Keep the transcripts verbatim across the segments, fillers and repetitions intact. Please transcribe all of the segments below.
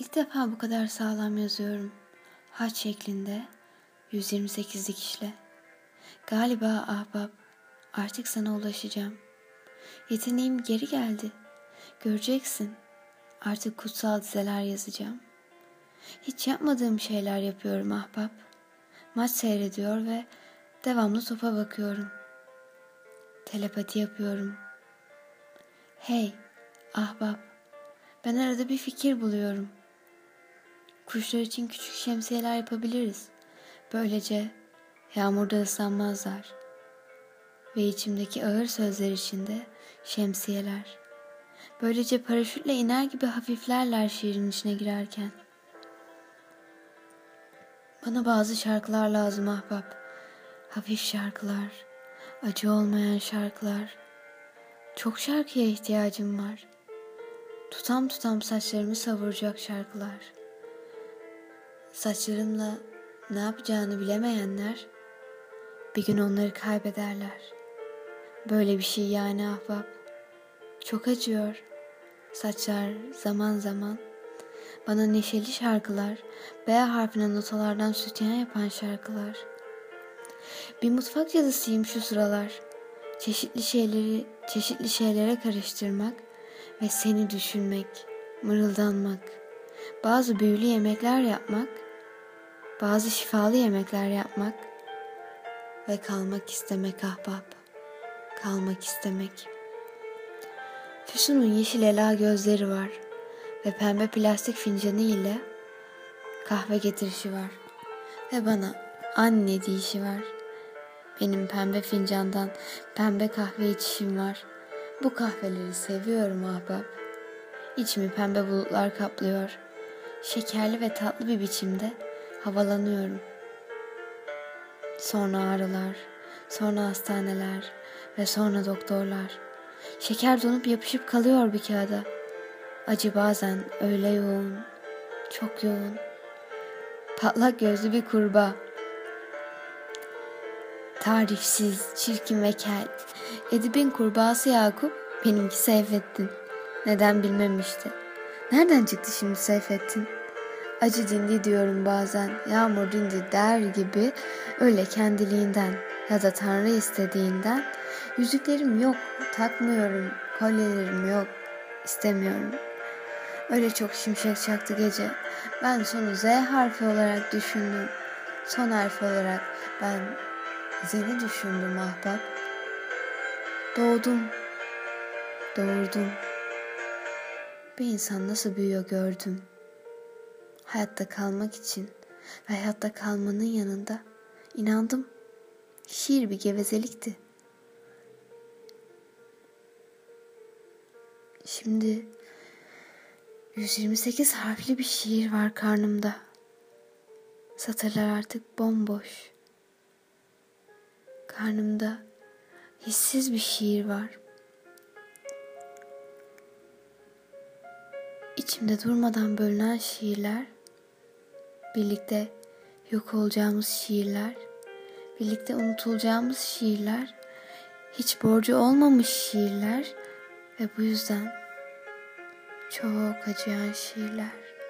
İlk defa bu kadar sağlam yazıyorum. Haç şeklinde, yüz yirmi sekiz dikişle. Galiba ahbap, artık sana ulaşacağım. Yeteneğim geri geldi. Göreceksin, artık kutsal dizeler yazacağım. Hiç yapmadığım şeyler yapıyorum ahbap. Maç seyrediyor ve devamlı topa bakıyorum. Telepati yapıyorum. Hey, ahbap, ben arada bir fikir buluyorum. Kuşlar için küçük şemsiyeler yapabiliriz. Böylece yağmurda ıslanmazlar. Ve içimdeki ağır sözler içinde şemsiyeler. Böylece paraşütle iner gibi hafiflerler şiirin içine girerken. Bana bazı şarkılar lazım ahbap. Hafif şarkılar, acı olmayan şarkılar. Çok şarkıya ihtiyacım var. Tutam tutam saçlarımı savuracak şarkılar. Saçlarımla ne yapacağını bilemeyenler bir gün onları kaybederler. Böyle bir şey yani ahbap. Çok acıyor. Saçlar zaman zaman bana neşeli şarkılar, B harfine notalardan sütyen yapan şarkılar. Bir mutfak cadısıyım şu sıralar. Çeşitli şeyleri çeşitli şeylere karıştırmak ve seni düşünmek, mırıldanmak, bazı büyülü yemekler yapmak, bazı şifalı yemekler yapmak ve kalmak istemek ahbap, kalmak istemek. Füsun'un yeşil ela gözleri var ve pembe plastik fincanı ile kahve getirişi var ve bana anne deyişi var. Benim pembe fincandan pembe kahve içişim var. Bu kahveleri seviyorum ahbap. İçimi pembe bulutlar kaplıyor. Şekerli ve tatlı bir biçimde havalanıyorum. Sonra ağrılar, sonra hastaneler ve sonra doktorlar. Şeker donup yapışıp kalıyor bir kağıda. Acı bazen öyle yoğun, çok yoğun. Patlak gözlü bir kurbağa. Tarifsiz, çirkin ve kel. Edip'in kurbağası Yakup, benimki Seyfettin. Neden bilmemişti. Nereden çıktı şimdi Seyfettin? Acı dindi diyorum bazen, yağmur dindi der gibi, öyle kendiliğinden ya da Tanrı istediğinden. Yüzüklerim yok, takmıyorum, kolyelerim yok, istemiyorum. Öyle çok şimşek çaktı gece. Ben sonu Z harfi olarak düşündüm. Son harfi olarak ben Z'ni düşündüm ahbap. Doğdum, doğurdum. Bir insan nasıl büyüyor gördüm. Hayatta kalmak için ve hayatta kalmanın yanında inandım. Şiir bir gevezelikti. Şimdi yüz yirmi sekiz harfli bir şiir var karnımda. Satırlar artık bomboş. Karnımda hissiz bir şiir var. İçimde durmadan bölünen şiirler, birlikte yok olacağımız şiirler, birlikte unutulacağımız şiirler, hiç borcu olmamış şiirler ve bu yüzden çok acıyan şiirler.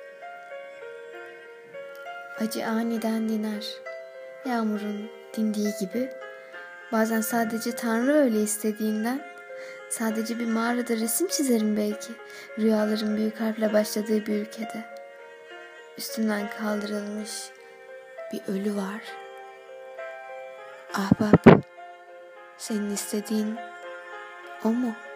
Acı aniden diner, yağmurun dindiği gibi. Bazen sadece Tanrı öyle istediğinden, sadece bir mağarada resim çizerim belki, rüyaların büyük harfle başladığı bir ülkede. Üstümden kaldırılmış bir ölü var. Ahbap, senin istediğin o mu?